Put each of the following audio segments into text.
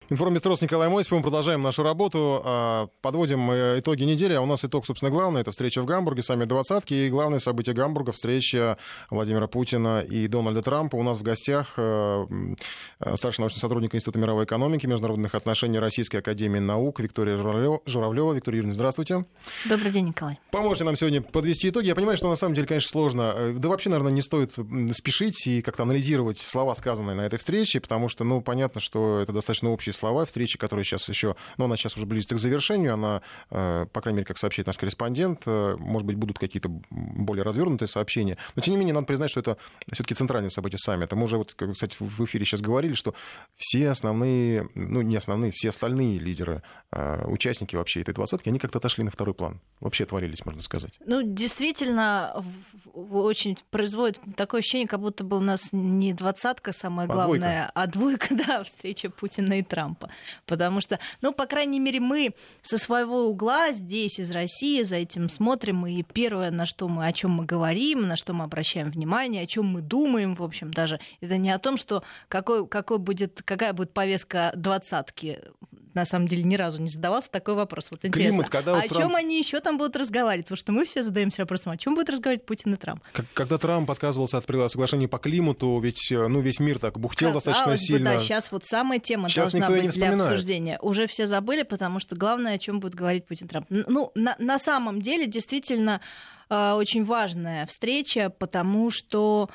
Информбюро Николай Мосипов. Мы продолжаем нашу работу. Подводим итоги недели. А у нас итог, собственно, главный. Это встреча в Гамбурге, саммит двадцатки. И главное событие Гамбурга — встреча Владимира Путина и Дональда Трампа. У нас в гостях старший научный сотрудник Института мировой экономики, международных отношений Российской академии наук Виктория Журавлева. Виктория Юрьевна, здравствуйте. Добрый день, Николай. Поможете нам сегодня подвести итоги. Я понимаю, что на самом деле, конечно, сложно. Да вообще, наверное, не стоит спешить и как-то анализировать слова, сказанные на этой встрече, потому что, понятно, что это достаточно общие слова. Встреча, которая сейчас еще, она сейчас уже близится к завершению, она, по крайней мере, как сообщает наш корреспондент, может быть, будут какие-то более развернутые сообщения. Но, тем не менее, надо признать, что это все-таки центральное событие саммита. Мы уже, кстати, в эфире сейчас говорили, что все основные, не основные, все остальные лидеры, участники вообще этой двадцатки, они как-то отошли на второй план. Вообще отвалились, можно сказать. Действительно, очень производит такое ощущение, как будто бы у нас не двадцатка самое главное, а двойка, да, встреча Путина и Трампа. Потому что, по крайней мере, мы со своего угла здесь, из России, за этим смотрим. И первое, о чем мы говорим, на что мы обращаем внимание, о чем мы думаем, в общем, даже это не о том, что какая будет повестка двадцатки. На самом деле, ни разу не задавался такой вопрос. Вот интересно, о чем они еще там будут разговаривать? Потому что мы все задаемся вопросом, о чем будут разговаривать Путин и Трамп. Когда Трамп отказывался от соглашения по климату, ведь весь мир так бухтел достаточно сильно. Да, сейчас вот самая тема должна быть для обсуждения. Уже все забыли, потому что главное, о чем будет говорить Путин и Трамп. На самом деле, действительно, очень важная встреча, потому что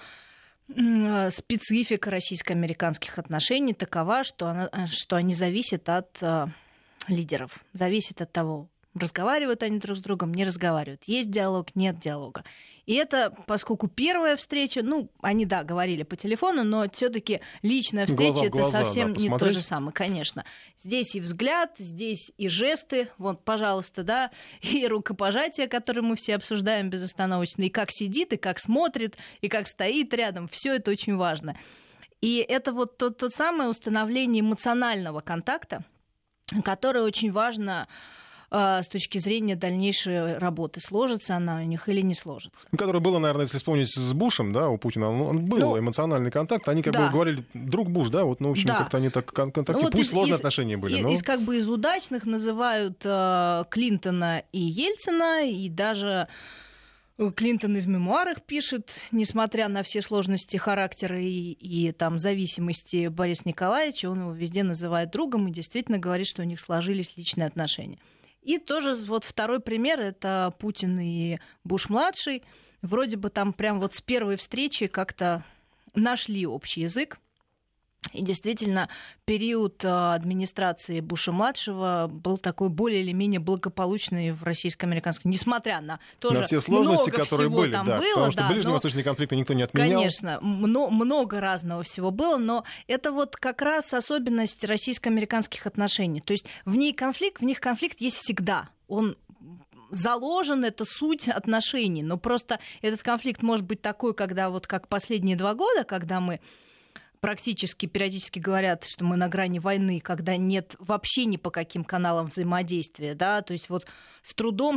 специфика российско-американских отношений такова, что они зависят от лидеров, зависят от того, разговаривают они друг с другом, не разговаривают, есть диалог, нет диалога. И это, поскольку первая встреча, они, говорили по телефону, но все-таки личная встреча — это совсем не то же самое, конечно. Здесь и взгляд, здесь и жесты, пожалуйста, и рукопожатие, которое мы все обсуждаем безостановочно, и как сидит, и как смотрит, и как стоит рядом, все это очень важно. И это тот самое установление эмоционального контакта, которое очень важно с точки зрения дальнейшей работы. Сложится она у них или не сложится. Которое было, наверное, если вспомнить с Бушем, у Путина, был эмоциональный контакт. Они бы говорили, друг Буш, как-то они так контактировали. Пусть сложные отношения были. Из удачных называют Клинтона и Ельцина, и даже Клинтон и в мемуарах пишет, несмотря на все сложности характера и зависимости Бориса Николаевича, он его везде называет другом и действительно говорит, что у них сложились личные отношения. И тоже второй пример — это Путин и Буш-младший. Вроде бы там прям с первой встречи как-то нашли общий язык. И действительно, период администрации Буша-младшего был такой более или менее благополучный в российско-американском, несмотря на все сложности, которые были, там было, потому что ближневосточные конфликты никто не отменял. Конечно, много разного всего было, но это как раз особенность российско-американских отношений. То есть в них конфликт есть всегда. Он заложен, это суть отношений, но просто этот конфликт может быть такой, когда как последние 2 года, когда мы практически периодически говорят, что мы на грани войны, когда нет вообще ни по каким каналам взаимодействия, то есть с трудом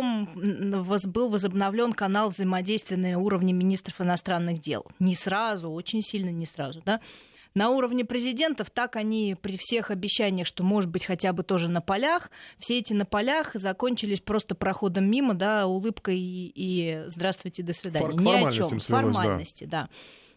был возобновлен канал взаимодействия на уровне министров иностранных дел. Не сразу, очень сильно не сразу, На уровне президентов так они при всех обещаниях, что может быть хотя бы тоже на полях, все эти на полях закончились просто проходом мимо, улыбкой и здравствуйте, до свидания. Ни о чем. Формальности, да.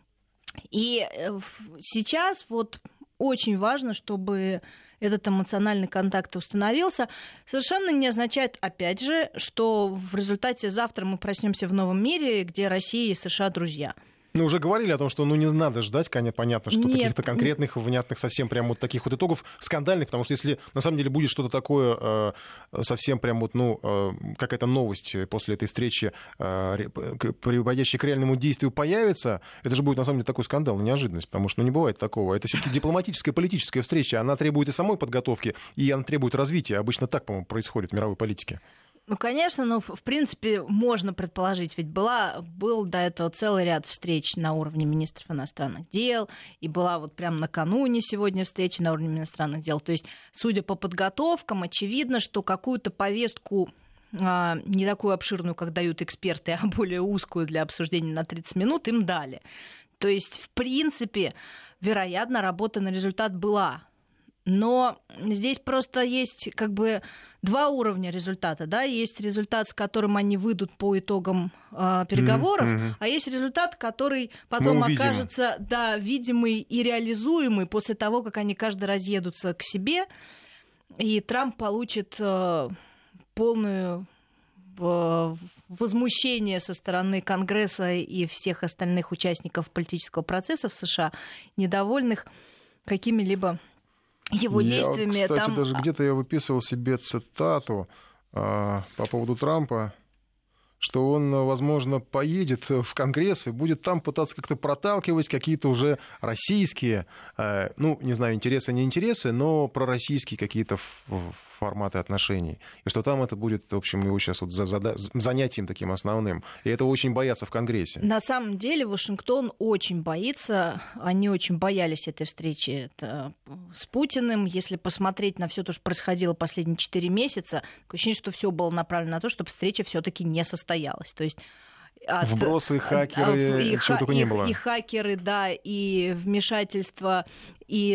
И сейчас очень важно, чтобы этот эмоциональный контакт установился. Совершенно не означает, опять же, что в результате завтра мы проснемся в новом мире, где Россия и США друзья. Уже говорили о том, что не надо ждать, понятно, что каких-то конкретных, внятных, совсем прям таких итогов скандальных, потому что если на самом деле будет что-то такое совсем прям какая-то новость после этой встречи, приводящая к реальному действию, появится, это же будет на самом деле такой скандал, неожиданность, потому что не бывает такого. Это все-таки дипломатическая, политическая встреча, она требует и самой подготовки, и она требует развития. Обычно так, по-моему, происходит в мировой политике. Конечно, в принципе, можно предположить, ведь был до этого целый ряд встреч на уровне министров иностранных дел, и была прям накануне сегодня встреча на уровне иностранных дел. То есть, судя по подготовкам, очевидно, что какую-то повестку не такую обширную, как дают эксперты, а более узкую для обсуждения на 30 минут им дали. То есть, в принципе, вероятно, работа на результат была. Но здесь просто есть как бы два уровня результата. Да? Есть результат, с которым они выйдут по итогам переговоров, а есть результат, который потом окажется видимый и реализуемый после того, как они каждый разъедутся к себе, и Трамп получит полную возмущение со стороны Конгресса и всех остальных участников политического процесса в США, недовольных какими-либо его действиями. Кстати, даже где-то я выписывал себе цитату по поводу Трампа, что он, возможно, поедет в Конгресс и будет там пытаться как-то проталкивать какие-то уже российские, не знаю, интересы, не интересы, но пророссийские какие-то форматы отношений. И что там это будет, в общем, его сейчас вот занятием таким основным. И этого очень боятся в Конгрессе. На самом деле Вашингтон очень боится, они очень боялись этой встречи с Путиным. Если посмотреть на все то, что происходило последние 4 месяца, такое ощущение, что все было направлено на то, чтобы встреча все-таки не состоялась. То есть вбросы, хакеры, чего только не было. И хакеры, да, и вмешательство, и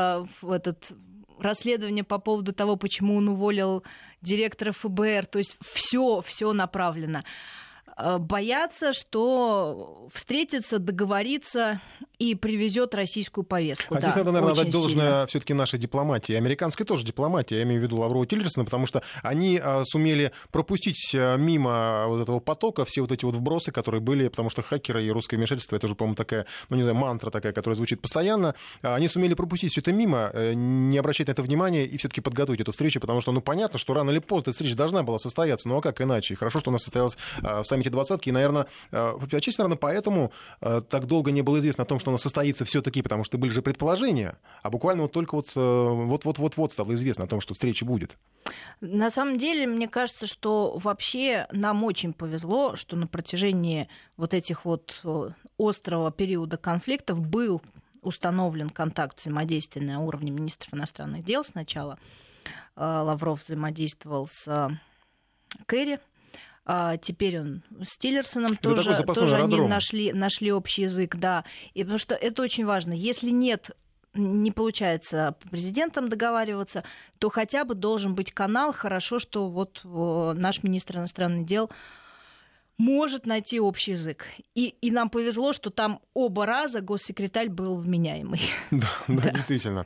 расследование по поводу того, почему он уволил директора ФБР. То есть все направлено. Боятся, что встретится, договорится и привезет российскую повестку. Здесь надо, наверное, дать должное все-таки нашей дипломатии, американской тоже дипломатии, я имею в виду Лаврова и Тиллерсона, потому что они сумели пропустить мимо вот этого потока все вот эти вот вбросы, которые были, потому что хакеры и русское вмешательство, это уже, по-моему, такая, мантра такая, которая звучит постоянно. Они сумели пропустить все это мимо, не обращать на это внимания и все-таки подготовить эту встречу, потому что, понятно, что рано или поздно эта встреча должна была состояться, а как иначе? И хорошо, что она состоялась в саммите двадцатки, и, наверное, отчасти, поэтому так долго не было известно о том, что она состоится все-таки, потому что были же предположения, а буквально только вот стало известно о том, что встреча будет. На самом деле, мне кажется, что вообще нам очень повезло, что на протяжении вот этих вот острого периода конфликтов был установлен контакт взаимодействия на уровне министров иностранных дел. Сначала Лавров взаимодействовал с Керри, теперь он с Тиллерсоном тоже они нашли общий язык, да. И потому что это очень важно. Если не получается президентом договариваться, то хотя бы должен быть канал. Хорошо, что вот наш министр иностранных дел может найти общий язык. И нам повезло, что там оба раза госсекретарь был вменяемый. Да, действительно.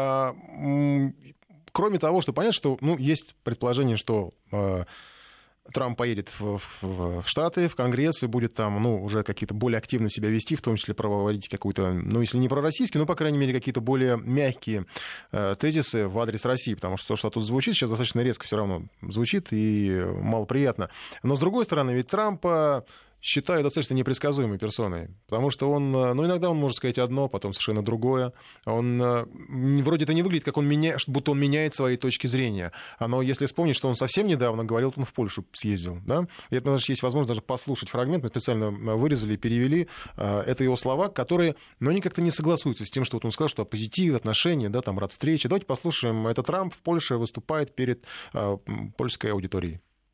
Кроме того, что понятно, что есть предположение, что Трамп поедет в Штаты, в Конгресс и будет там, уже какие-то более активно себя вести, в том числе проводить какую-то, если не пророссийский, по крайней мере, какие-то более мягкие тезисы в адрес России, потому что то, что тут звучит, сейчас достаточно резко все равно звучит и малоприятно. Но, с другой стороны, ведь Трампа считаю достаточно непредсказуемой персоной, потому что он, иногда он может сказать одно, потом совершенно другое. Он вроде это не выглядит, как будто он меняет свои точки зрения. Но если вспомнить, что он совсем недавно говорил, он в Польшу съездил, да? И это есть возможность даже послушать фрагмент, мы специально вырезали и перевели. Это его слова, которые, они как-то не согласуются с тем, что он сказал, что о позитиве, отношения, да, там, рад встрече. Давайте послушаем. Это Трамп в Польше выступает перед польской аудиторией.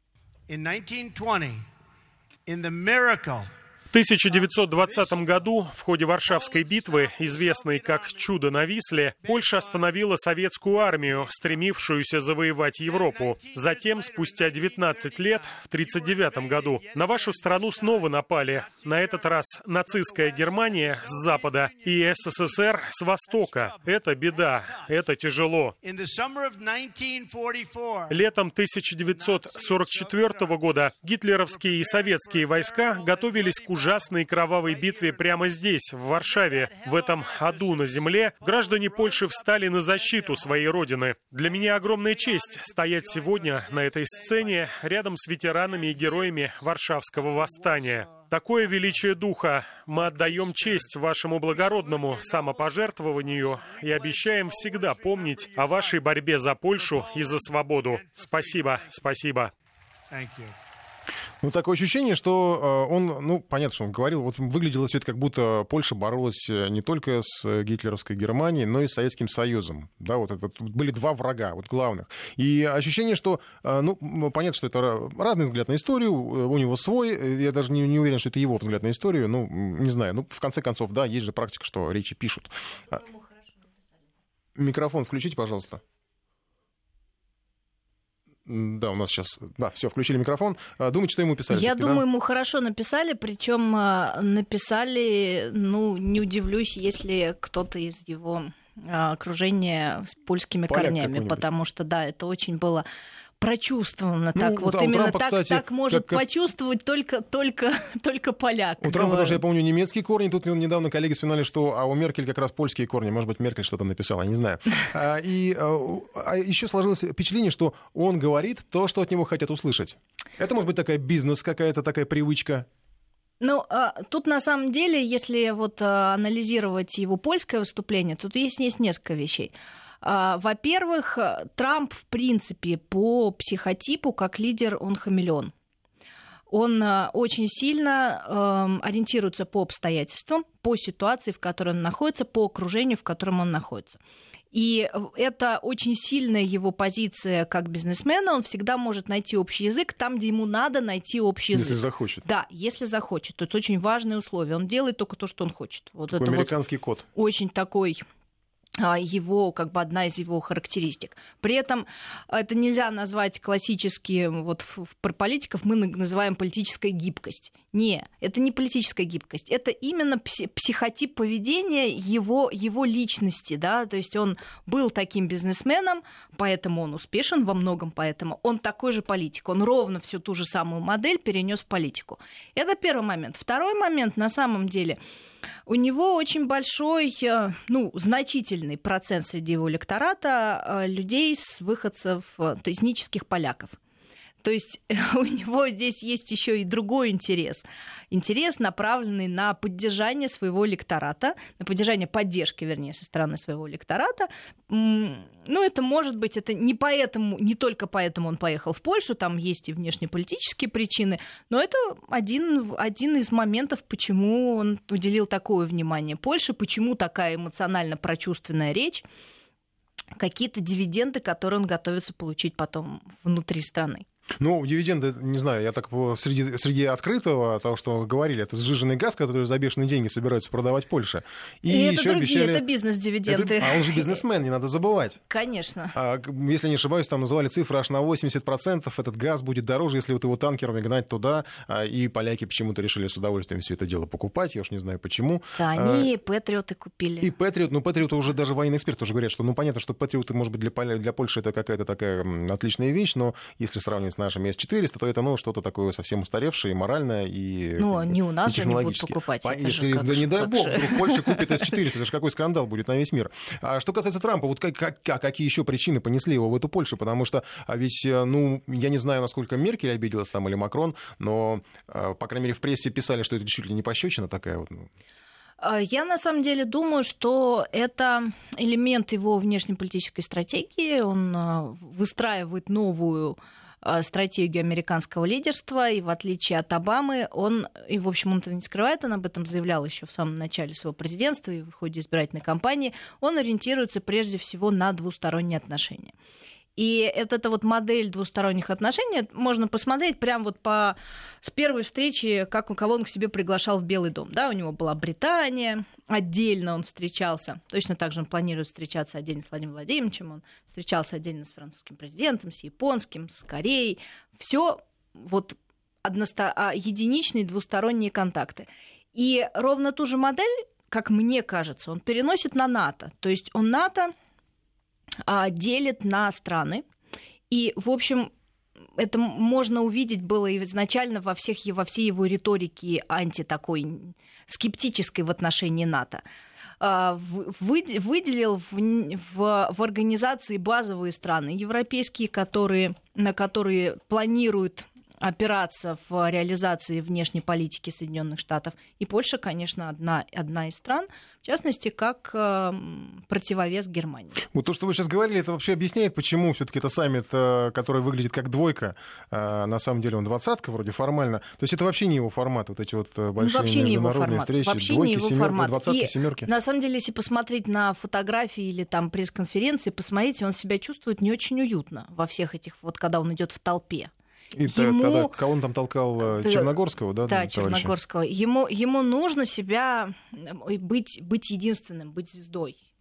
В 1920 году в ходе Варшавской битвы, известной как «Чудо на Висле», Польша остановила советскую армию, стремившуюся завоевать Европу. Затем, спустя 19 лет, в 1939 году, на вашу страну снова напали. На этот раз нацистская Германия с запада и СССР с востока. Это беда, это тяжело. Летом 1944 года гитлеровские и советские войска готовились к ужасной кровавой битве прямо здесь, в Варшаве. В этом аду на земле граждане Польши встали на защиту своей родины. Для меня огромная честь стоять сегодня на этой сцене рядом с ветеранами и героями Варшавского восстания. Такое величие духа. Мы отдаем честь вашему благородному самопожертвованию и обещаем всегда помнить о вашей борьбе за Польшу и за свободу. Спасибо, спасибо. Такое ощущение, что он, понятно, что он говорил, выглядело все это, как будто Польша боролась не только с гитлеровской Германией, но и с Советским Союзом. Да, это были два врага, главных. И ощущение, что, понятно, что это разный взгляд на историю, у него свой, я даже не уверен, что это его взгляд на историю, не знаю, в конце концов, да, есть же практика, что речи пишут. Микрофон включите, пожалуйста. Да, у нас сейчас... Да, все, включили микрофон. Думаете, что ему писали? Я думаю, ему хорошо написали, причем написали, не удивлюсь, если кто-то из его окружения с польскими корнями, потому что, да, это очень было прочувствовано. Так, вот именно Трампа, кстати, так может почувствовать только поляк. У Трампа тоже, я помню, немецкие корни. Тут недавно коллеги вспоминали, что у Меркель как раз польские корни. Может быть, Меркель что-то написала, я не знаю. И еще сложилось впечатление, что он говорит то, что от него хотят услышать. Это может быть такая бизнес какая-то, такая привычка. Тут на самом деле, если вот анализировать его польское выступление, тут есть несколько вещей. Во-первых, Трамп, в принципе, по психотипу, как лидер, он хамелеон. Он очень сильно ориентируется по обстоятельствам, по ситуации, в которой он находится, по окружению, в котором он находится. И это очень сильная его позиция как бизнесмена. Он всегда может найти общий язык там, где ему надо найти общий язык. Если захочет. Да, если захочет. Это очень важное условие. Он делает только то, что он хочет. Вот такой это американский код. Очень такой... его, одна из его характеристик. При этом это нельзя назвать классически, про политиков мы называем политическая гибкость. Не, это не политическая гибкость, это именно психотип поведения его личности, да, то есть он был таким бизнесменом, поэтому он успешен во многом, поэтому он такой же политик, он ровно всю ту же самую модель перенес в политику. Это первый момент. Второй момент, на самом деле, у него очень большой, значительный процент среди его электората людей с выходцев, то есть этнических поляков. То есть у него здесь есть еще и другой интерес. Интерес, направленный на поддержание своего электората, на поддержание поддержки, вернее, со стороны своего электората. Это может быть, это не только поэтому он поехал в Польшу, там есть и внешнеполитические причины, но это один из моментов, почему он уделил такое внимание Польше, почему такая эмоционально прочувственная речь, какие-то дивиденды, которые он готовится получить потом внутри страны. Дивиденды, не знаю, я так среди открытого, того, что говорили, это сжиженный газ, который за бешеные деньги собираются продавать Польше. И это другие, это бизнес-дивиденды. Он же бизнесмен, не надо забывать. Конечно. Если не ошибаюсь, там называли цифры аж на 80%, этот газ будет дороже, если его танкерами гнать туда, и поляки почему-то решили с удовольствием все это дело покупать, я уж не знаю почему. Да, они Патриоты купили. И Патриоты уже даже военные эксперты уже говорят, что понятно, что Патриоты, может быть, для Польши это какая-то такая отличная вещь, но если сравнивать с нашими С-400, то это что-то такое совсем устаревшее и моральное, и не у нас же не будут покупать. Если, не дай бог, вдруг Польша купит С-400, это же какой скандал будет на весь мир. А что касается Трампа, какие еще причины понесли его в эту Польшу? Потому что ведь, я не знаю, насколько Меркель обиделась там или Макрон, но, по крайней мере, в прессе писали, что это чуть ли не пощечина такая вот. Я на самом деле думаю, что это элемент его внешнеполитической стратегии. Он выстраивает новую стратегию американского лидерства, и в отличие от Обамы, он этого не скрывает, он об этом заявлял еще в самом начале своего президентства и в ходе избирательной кампании, он ориентируется прежде всего на двусторонние отношения. И эта модель двусторонних отношений можно посмотреть прямо с первой встречи, кого он к себе приглашал в Белый дом. Да, у него была Британия, отдельно он встречался, точно так же он планирует встречаться отдельно с Владимиром Владимировичем, он встречался отдельно с французским президентом, с японским, с Кореей. Все единичные двусторонние контакты. И ровно ту же модель, как мне кажется, он переносит на НАТО. То есть он НАТО делит на страны. И, в общем, это можно увидеть было изначально во всей его риторике такой скептической в отношении НАТО. Выделил в организации базовые страны европейские, на которые планируют опираться в реализации внешней политики Соединенных Штатов. И Польша, конечно, одна из стран, в частности, как противовес Германии. То, что вы сейчас говорили, это вообще объясняет, почему все-таки это саммит, который выглядит как двойка, на самом деле он двадцатка вроде формально. То есть это вообще не его формат, эти большие международные встречи, двойки, семерки, двадцатки, семерки. На самом деле, если посмотреть на фотографии или там пресс-конференции, посмотрите, он себя чувствует не очень уютно во всех этих, когда он идет в толпе. И тогда кого он там толкал? Черногорского, да? Да, Черногорского. Ему нужно себя быть единственным, быть звездой.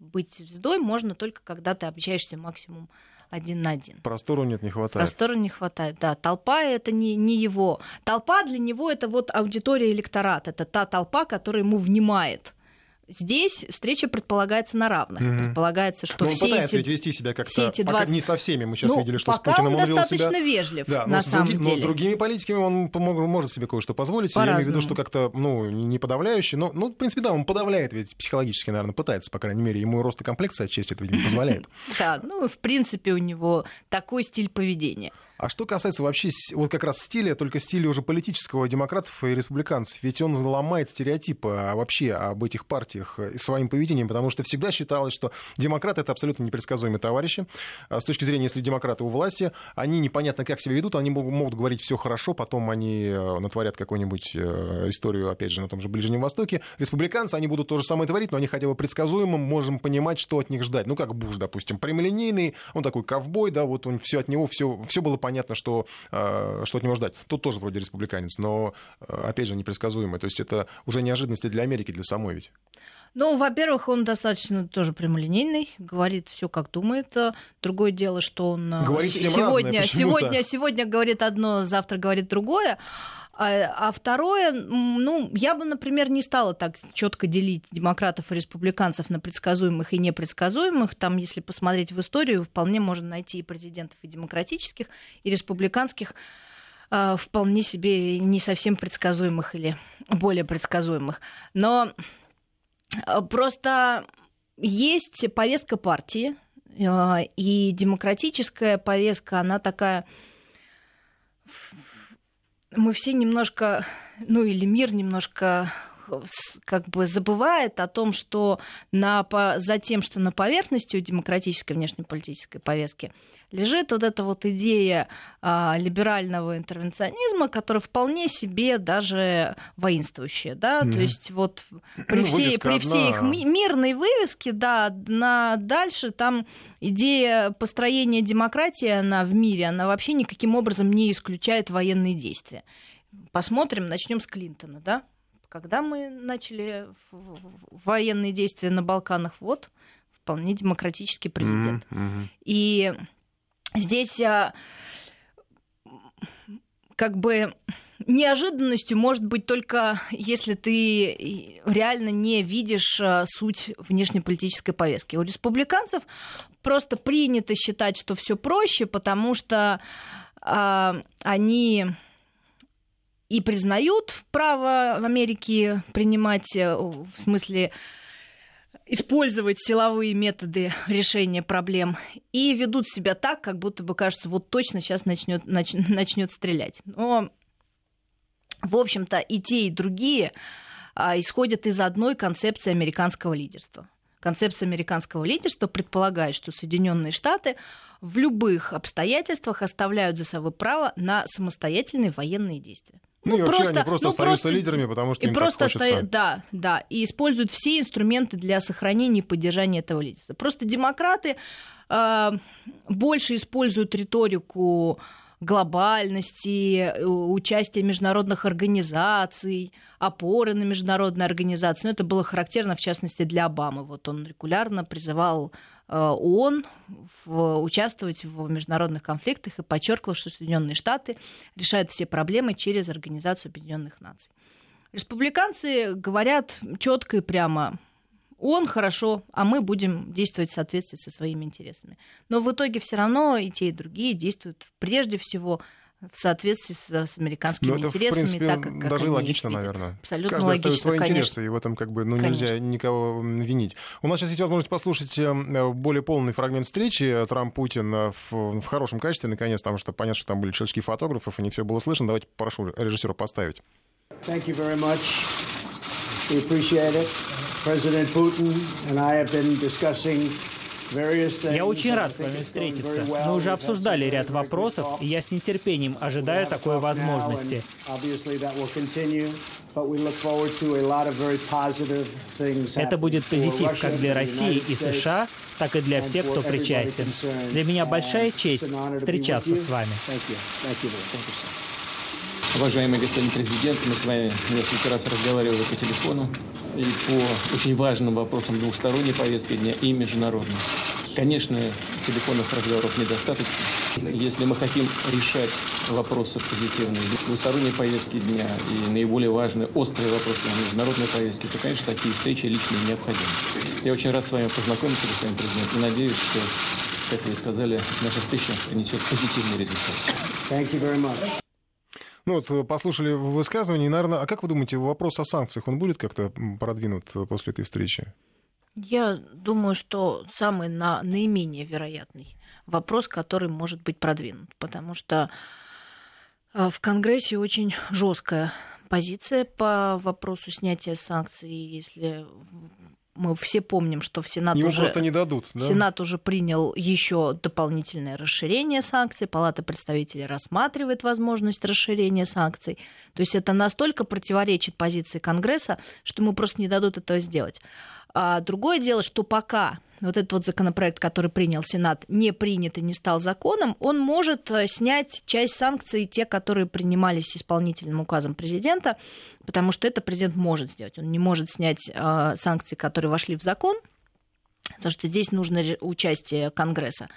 быть звездой можно только когда ты общаешься максимум 1 на 1. Простору не хватает. Простору не хватает, да. Толпа — это не его. Толпа для него — это вот аудитория, электорат. Это та толпа, которая ему внимает. Здесь встреча предполагается на равных. Предполагается, что он все пытается эти... ведь вести себя как-то, 20... пока не со всеми. Мы сейчас видели, что с пока Путиным он вел достаточно себя... вежлив, да, на самом деле. Но с другими политиками он может себе кое-что позволить. По-разному. Я имею в виду, что как-то не подавляющий. Но, в принципе, да, он подавляет ведь психологически, наверное, пытается, по крайней мере. Ему рост и комплекция отчасти это, видимо, позволяет. Да, в принципе, у него такой стиль поведения. А что касается вообще вот как раз стиля, только стиля уже политического демократов и республиканцев, ведь он ломает стереотипы вообще об этих партиях и своим поведением, потому что всегда считалось, что демократы — это абсолютно непредсказуемые товарищи. С точки зрения, если демократы у власти, они непонятно как себя ведут, они могут говорить все хорошо, потом они натворят какую-нибудь историю, опять же, на том же Ближнем Востоке. Республиканцы, они будут то же самое творить, но они хотя бы предсказуемо, можем понимать, что от них ждать. Ну, как Буш, допустим, прямолинейный, он такой ковбой, да, вот он все от него, все было понятно, что от него ждать. Тут тоже вроде республиканец, но, опять же, непредсказуемый. То есть это уже неожиданности для Америки, для самой ведь. Ну, во-первых, он достаточно тоже прямолинейный, говорит все, как думает. Другое дело, что он сегодня говорит одно, завтра говорит другое. А второе, я бы, например, не стала так четко делить демократов и республиканцев на предсказуемых и непредсказуемых. Там, если посмотреть в историю, вполне можно найти и президентов и демократических, и республиканских, вполне себе не совсем предсказуемых или более предсказуемых. Но просто есть повестка партии, и демократическая повестка, она такая... Мы все немножко, или мир немножко как бы забывает о том, что за тем, что на поверхности у демократической внешнеполитической повестки лежит вот эта вот идея либерального интервенционизма, которая вполне себе даже воинствующая, да, то есть вот при всей их мирной вывеске, да, дальше там идея построения демократии, она в мире, она вообще никаким образом не исключает военные действия. Посмотрим, начнем с Клинтона, да. Когда мы начали военные действия на Балканах, вот, вполне демократический президент. И здесь как бы неожиданностью может быть только если ты реально не видишь суть внешнеполитической повестки. У республиканцев просто принято считать, что все проще, потому что они... и признают право в Америке принимать, в смысле, использовать силовые методы решения проблем, и ведут себя так, как будто бы кажется, вот точно сейчас начнет стрелять. Но, в общем-то, и те, и другие исходят из одной концепции американского лидерства. Концепция американского лидерства предполагает, что Соединенные Штаты в любых обстоятельствах оставляют за собой право на самостоятельные военные действия. И вообще они просто остаются лидерами, потому что им так хочется. Да, и используют все инструменты для сохранения и поддержания этого лидерства. Просто демократы больше используют риторику глобальности, участия международных организаций, опоры на международные организации. Но это было характерно, в частности, для Обамы. Вот он регулярно призывал ООН участвовать в международных конфликтах и подчеркивал, что Соединенные Штаты решают все проблемы через Организацию Объединенных Наций. Республиканцы говорят четко и прямо: он хорошо, а мы будем действовать в соответствии со своими интересами. Но в итоге все равно и те, и другие действуют прежде всего в соответствии с американскими интересами. Это, в принципе, так, как даже они логично, их видят. наверное. Абсолютно каждый логично, оставит свои конечно. интересы, и в этом нельзя никого винить. У нас сейчас есть возможность послушать более полный фрагмент встречи Трамп-Путин в хорошем качестве, наконец, потому что понятно, что там были щелчки фотографов, и не все было слышно. Давайте прошу режиссера поставить. Thank you very much. We appreciate it. President Putin and I have been discussing various things. Я очень рад с вами встретиться. Мы уже обсуждали ряд вопросов, и я с нетерпением ожидаю такой возможности. Это будет позитив как для России и США, так и для всех, кто причастен. Для меня большая честь встречаться с вами. Уважаемый господин президент, мы с вами несколько раз разговаривали по телефону. и по очень важным вопросам двусторонней повестки дня и международной. Конечно, телефонных разговоров недостаточно. Если мы хотим решать вопросы позитивные, двусторонние повестки дня и наиболее важные острые вопросы на международной повестке, то, конечно, такие встречи лично необходимы. Я очень рад с вами познакомиться, господин президент, и надеюсь, что, как вы сказали, наша встреча принесет позитивный результат. Thank you very much. Ну вот, послушали высказывание, и, наверное, а как вы думаете, вопрос о санкциях, он будет как-то продвинут после этой встречи? Я думаю, что самый наименее вероятный вопрос, который может быть продвинут, потому что в Конгрессе очень жесткая позиция по вопросу снятия санкций. Если мы все помним, что в Сенат Ему просто не дадут, да? Сенат уже принял еще дополнительное расширение санкций, Палата представителей рассматривает возможность расширения санкций. То есть это настолько противоречит позиции Конгресса, что ему просто не дадут этого сделать. А другое дело, что пока вот этот вот законопроект, который принял Сенат, не принят и не стал законом, он может снять часть санкций, те, которые принимались исполнительным указом президента, потому что это президент может сделать. Он не может снять санкции, которые вошли в закон, потому что здесь нужно участие Конгресса.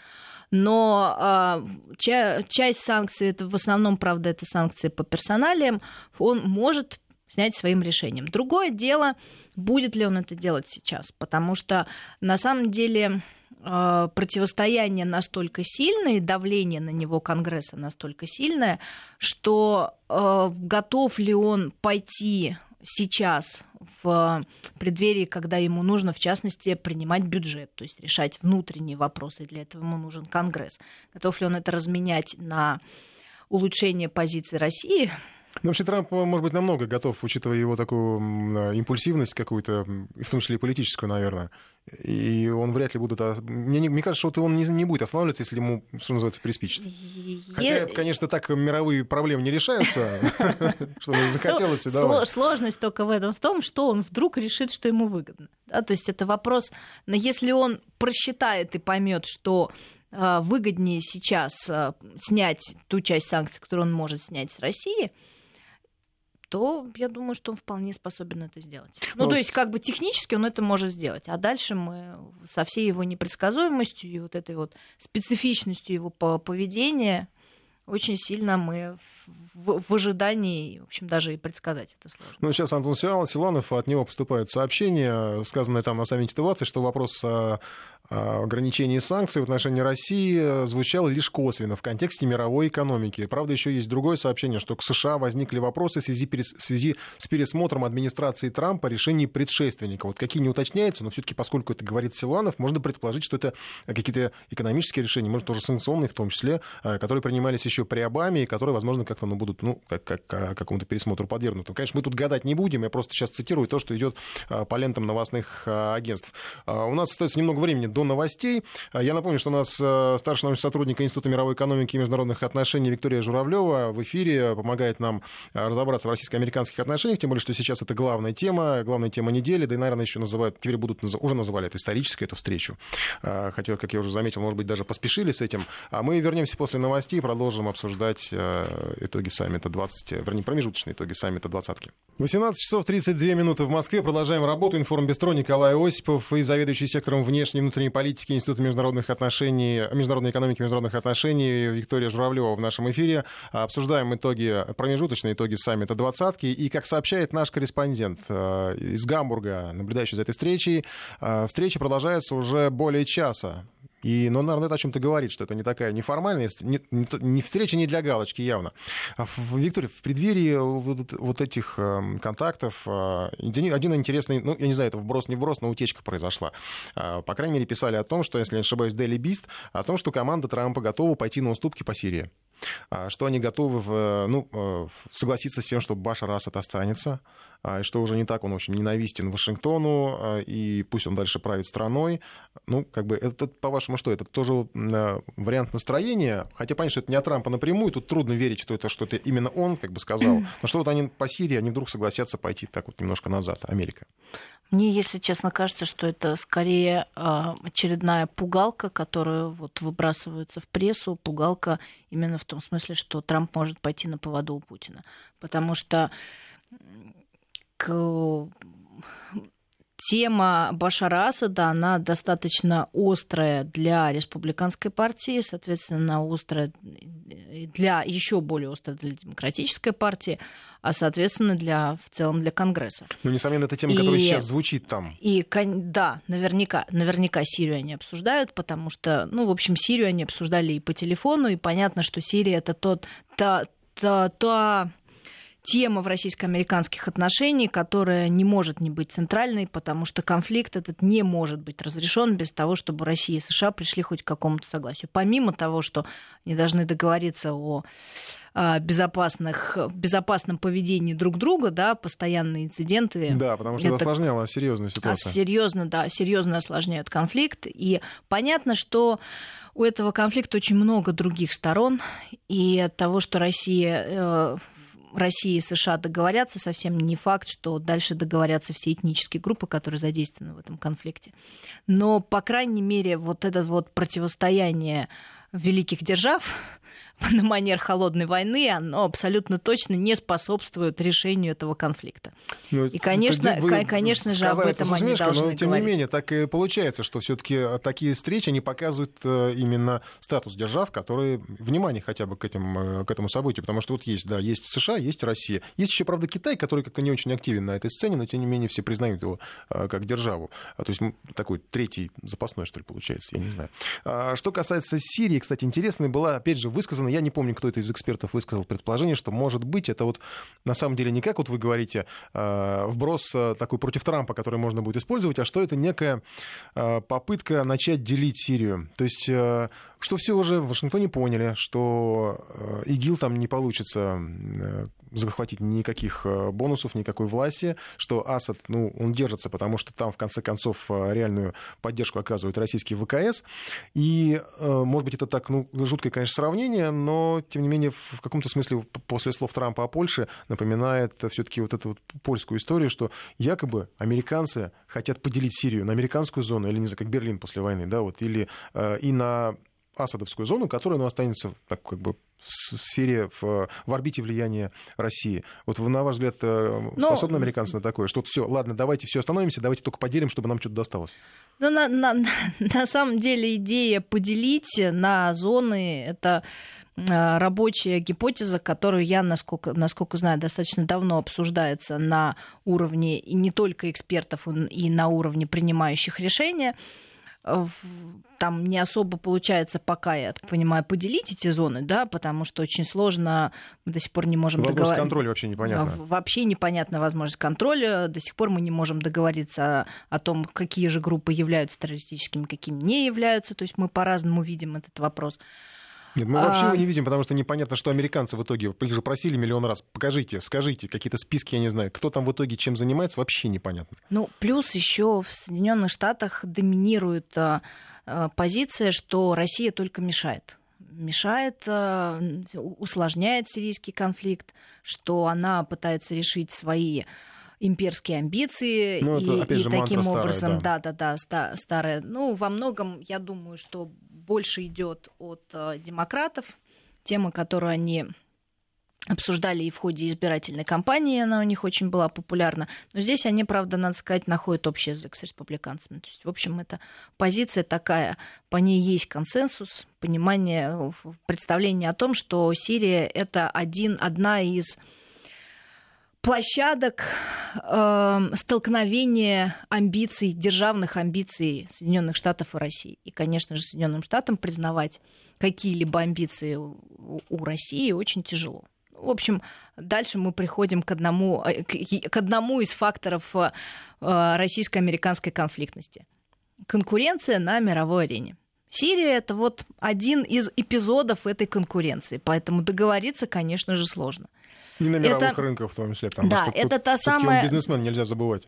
Но часть санкций, это в основном, правда, это санкции по персоналиям, он может снять своим решением. Другое дело, будет ли он это делать сейчас, потому что на самом деле противостояние настолько сильное, и давление на него Конгресса настолько сильное, что готов ли он пойти сейчас в преддверии, когда ему нужно, в частности, принимать бюджет, то есть решать внутренние вопросы, для этого ему нужен Конгресс. Готов ли он это разменять на улучшение позиции России? Ну, вообще Трамп, может быть, намного готов, учитывая его такую импульсивность какую-то, в том числе и политическую, наверное. И он вряд ли будет... Мне кажется, что он не будет останавливаться, если ему, что называется, приспичит. Хотя, конечно, так мировые проблемы не решаются, что ему захотелось и давай. Сложность только в том, что он вдруг решит, что ему выгодно. То есть это вопрос, но если он просчитает и поймет, что выгоднее сейчас снять ту часть санкций, которую он может снять с России, то я думаю, что он вполне способен это сделать. Ну, то есть, как бы технически он это может сделать. А дальше мы со всей его непредсказуемостью и вот этой вот специфичностью его поведения очень сильно мы в ожидании, в общем, даже и предсказать это сложно. Ну, сейчас Антон Силанов, от него поступают сообщения, сказанные там на саммите Т-20, что вопрос о ограничении санкций в отношении России звучал лишь косвенно в контексте мировой экономики. Правда, еще есть другое сообщение, что к США возникли вопросы в связи с пересмотром администрации Трампа решений предшественника. Вот какие не уточняются, но все-таки, поскольку это говорит Силанов, можно предположить, что это какие-то экономические решения, может, тоже санкционные в том числе, которые принимались еще при Обаме и которые, возможно, как-то будут к какому-то пересмотру подвергнуты. Конечно, мы тут гадать не будем, я просто сейчас цитирую то, что идет по лентам новостных агентств. У нас остается немного времени до новостей. Я напомню, что у нас старший научный сотрудник Института мировой экономики и международных отношений Виктория Журавлева в эфире помогает нам разобраться в российско-американских отношениях, тем более, что сейчас это главная тема недели, да и, наверное, еще называют, теперь уже называли это исторической, эту встречу. Хотя, как я уже заметил, может быть, даже поспешили с этим. А мы вернемся после новостей и продолжим обсуждать итоги саммита 20, вернее, промежуточные итоги саммита 20-ки. 18 часов 32 минуты в Москве. Продолжаем работу. Информбюро Николай Осипов и заведующий сектором внешней и внутренней политики Института международной экономики и международных отношений Виктория Журавлева в нашем эфире. Обсуждаем промежуточные итоги саммита 20-ки. И, как сообщает наш корреспондент из Гамбурга, наблюдающий за этой встречей, встреча продолжается уже более часа. Но, наверное, это о чем-то говорит, что это не такая неформальная, не встреча не для галочки явно. Виктория, в преддверии вот этих контактов один интересный, я не знаю, это вброс, не вброс, но утечка произошла. По крайней мере, писали о том, что, если не ошибаюсь, Daily Beast, о том, что команда Трампа готова пойти на уступки по Сирии. Что они готовы согласиться с тем, что Башар Асад останется, и что уже не так он, в общем, ненавистен Вашингтону, и пусть он дальше правит страной. Это, по-вашему, что? Это тоже вариант настроения? Хотя понятно, что это не от Трампа напрямую, тут трудно верить, что это именно он сказал. Но что они по Сирии, они вдруг согласятся пойти так вот немножко назад, Америка? Мне, если честно, кажется, что это скорее очередная пугалка, которая выбрасывается в прессу, пугалка именно в том смысле, что Трамп может пойти на поводу у Путина. Потому что тема Башара Асада, она достаточно острая для республиканской партии, соответственно, острая еще более острая для демократической партии, а, соответственно, в целом для Конгресса. Ну, несомненно, это тема, которая сейчас звучит там. Да, наверняка Сирию они обсуждают, потому что, в общем, Сирию они обсуждали и по телефону, и понятно, что Сирия — это та тема в российско-американских отношениях, которая не может не быть центральной, потому что конфликт этот не может быть разрешен без того, чтобы Россия и США пришли хоть к какому-то согласию. Помимо того, что они должны договориться о безопасном поведении друг друга, да, постоянные инциденты. Да, потому что это осложняло серьезную ситуацию. Серьезно осложняют конфликт. И понятно, что у этого конфликта очень много других сторон. И от того, что Россия и США договорятся, совсем не факт, что дальше договорятся все этнические группы, которые задействованы в этом конфликте. Но, по крайней мере, вот это вот противостояние великих держав на манер холодной войны, оно абсолютно точно не способствует решению этого конфликта. И, конечно же, об этом они должны говорить. Но, тем не менее, так и получается, что все-таки такие встречи, они показывают именно статус держав, которые внимание хотя бы к этому событию, потому что вот есть США, есть Россия. Есть еще, правда, Китай, который как-то не очень активен на этой сцене, но, тем не менее, все признают его как державу. То есть такой третий запасной, что ли, получается, я не знаю. Что касается Сирии, кстати, интересно была, опять же, высказана, я не помню, кто это из экспертов высказал предположение, что, может быть, это вот на самом деле не как вот вы говорите, вброс такой против Трампа, который можно будет использовать, а что это некая попытка начать делить Сирию. То есть, что все уже в Вашингтоне поняли, что ИГИЛ там не получится захватить никаких бонусов, никакой власти, что Асад, он держится, потому что там, в конце концов, реальную поддержку оказывает российский ВКС. И, может быть, это так, жуткое, конечно, сравнение, но, тем не менее, в каком-то смысле после слов Трампа о Польше напоминает все-таки вот эту вот польскую историю, что якобы американцы хотят поделить Сирию на американскую зону, или, не знаю, как Берлин после войны, да, вот, или и на асадовскую зону, которая, останется так, как бы в сфере, в орбите влияния России. Вот на ваш взгляд, способны американцы на такое? Что все, ладно, давайте все остановимся, давайте только поделим, чтобы нам что-то досталось. На самом деле идея поделить на зоны — это рабочая гипотеза, которую я, насколько знаю, достаточно давно обсуждается на уровне и не только экспертов, и на уровне принимающих решения. Там не особо получается пока, я так понимаю, поделить эти зоны, да, потому что очень сложно, мы до сих пор не можем договориться. Возможность контроля вообще непонятна. Вообще непонятна возможность контроля. До сих пор мы не можем договориться о том, какие же группы являются террористическими, какими не являются. То есть мы по-разному видим этот вопрос. Нет, мы вообще его не видим, потому что непонятно, что американцы в итоге, их же просили миллион раз, покажите, скажите, какие-то списки, я не знаю, кто там в итоге чем занимается, вообще непонятно. Плюс еще в Соединенных Штатах доминирует позиция, что Россия только мешает, усложняет сирийский конфлик, что она пытается решить свои имперские амбиции, и таким образом, старая. Во многом, я думаю, что больше идет от демократов. Тема, которую они обсуждали и в ходе избирательной кампании, она у них очень была популярна. Но здесь они, правда, надо сказать, находят общий язык с республиканцами. То есть, в общем, это позиция такая, по ней есть консенсус, понимание, представление о том, что Сирия — это одна из площадок столкновения амбиций, державных амбиций Соединенных Штатов и России. И, конечно же, Соединенным Штатам признавать какие-либо амбиции у России очень тяжело. В общем, дальше мы приходим к одному из факторов российско-американской конфликтности. Конкуренция на мировой арене. Сирия — это вот один из эпизодов этой конкуренции, поэтому договориться, конечно же, сложно. И на мировых рынках в том числе. Да, это та самая... Бизнесмен, нельзя забывать.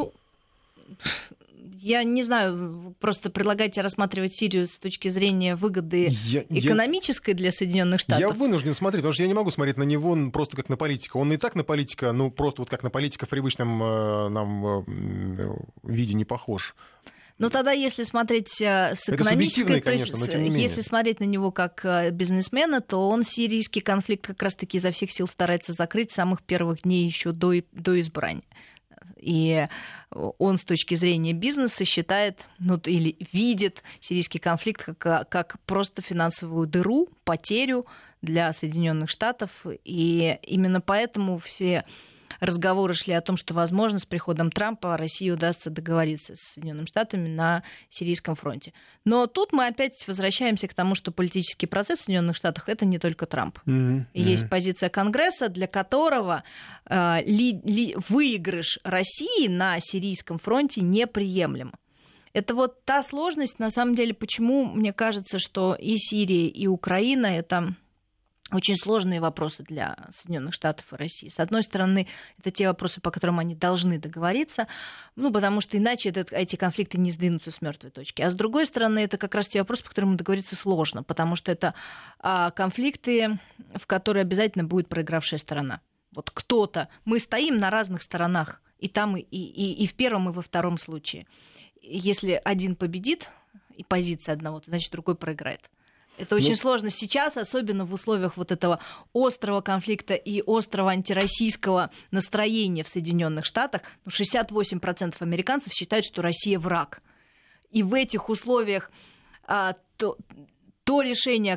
Я не знаю, просто предлагаете рассматривать Сирию с точки зрения выгоды экономической для Соединенных Штатов. Я вынужден смотреть, потому что я не могу смотреть на него просто как на политика. Он и так на политика, просто вот как на политика в привычном нам виде не похож. Тогда, если смотреть с экономической, конечно, то есть, если смотреть на него как бизнесмена, то он сирийский конфликт как раз-таки изо всех сил старается закрыть с самых первых дней еще до избрания. И он с точки зрения бизнеса считает, или видит сирийский конфликт как просто финансовую дыру, потерю для Соединенных Штатов. И именно поэтому все разговоры шли о том, что, возможно, с приходом Трампа России удастся договориться с Соединенными Штатами на Сирийском фронте. Но тут мы опять возвращаемся к тому, что политический процесс в Соединенных Штатах — это не только Трамп. Есть позиция Конгресса, для которого выигрыш России на Сирийском фронте неприемлем. Это вот та сложность, на самом деле, почему мне кажется, что и Сирия, и Украина — это очень сложные вопросы для Соединенных Штатов и России. С одной стороны, это те вопросы, по которым они должны договориться, потому что иначе эти конфликты не сдвинутся с мертвой точки. А с другой стороны, это как раз те вопросы, по которым договориться сложно, потому что это конфликты, в которые обязательно будет проигравшая сторона. Вот кто-то. Мы стоим на разных сторонах, и там, и в первом, и во втором случае. Если один победит, и позиция одного, то значит другой проиграет. Это очень сложно сейчас, особенно в условиях вот этого острого конфликта и острого антироссийского настроения в Соединенных Штатах. 68% американцев считают, что Россия враг. И в этих условиях то решение,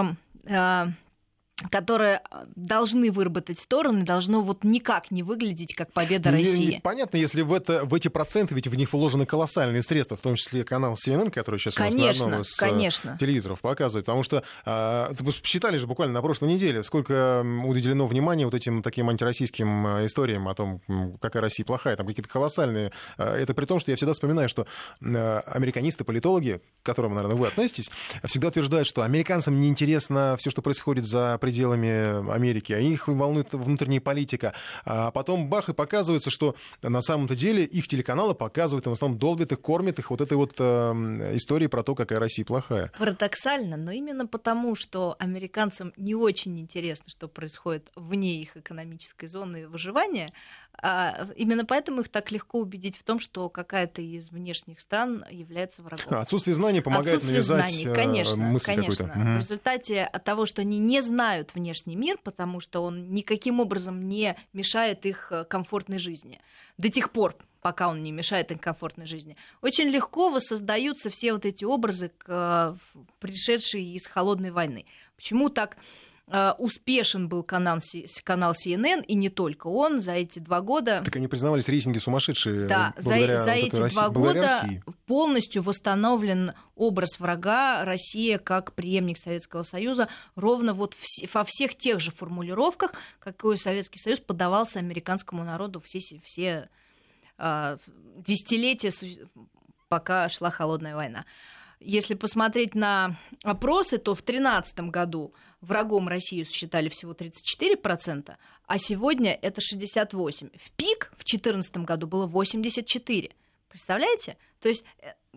которое должны выработать стороны, должно вот никак не выглядеть как победа России. Понятно, если в эти проценты, ведь в них вложены колоссальные средства, в том числе канал CNN, который сейчас у нас на одном из телевизоров показывает, потому что посчитали же буквально на прошлой неделе, сколько уделено внимания вот этим таким антироссийским историям о том, какая Россия плохая, там какие-то колоссальные. Это при том, что я всегда вспоминаю, что американисты, политологи, к которым, наверное, вы относитесь, всегда утверждают, что американцам неинтересно все, что происходит за пределами Америки, а их волнует внутренняя политика. А потом бах, и показывается, что на самом-то деле их телеканалы показывают, и в основном долбят их, кормят их вот этой вот историей про то, какая Россия плохая. Парадоксально, но именно потому, что американцам не очень интересно, что происходит вне их экономической зоны выживания, именно поэтому их так легко убедить в том, что какая-то из внешних стран является врагом. Отсутствие знаний помогает навязать мысль конечно. В результате от того, что они не знают внешний мир, потому что он никаким образом не мешает их комфортной жизни. До тех пор, пока он не мешает их комфортной жизни. Очень легко воссоздаются все вот эти образы, пришедшие из холодной войны. Почему так успешен был канал CNN, и не только он, за эти 2 года... Так они признавались, рейтинги сумасшедшие. Да, за эти 2 года полностью восстановлен образ врага, Россия как преемник Советского Союза, ровно вот во всех тех же формулировках, какой Советский Союз подавался американскому народу все десятилетия, пока шла холодная война. Если посмотреть на опросы, то в 2013 году врагом Россию считали всего 34%, а сегодня это 68%. В пик в 2014 году было 84%. Представляете? То есть,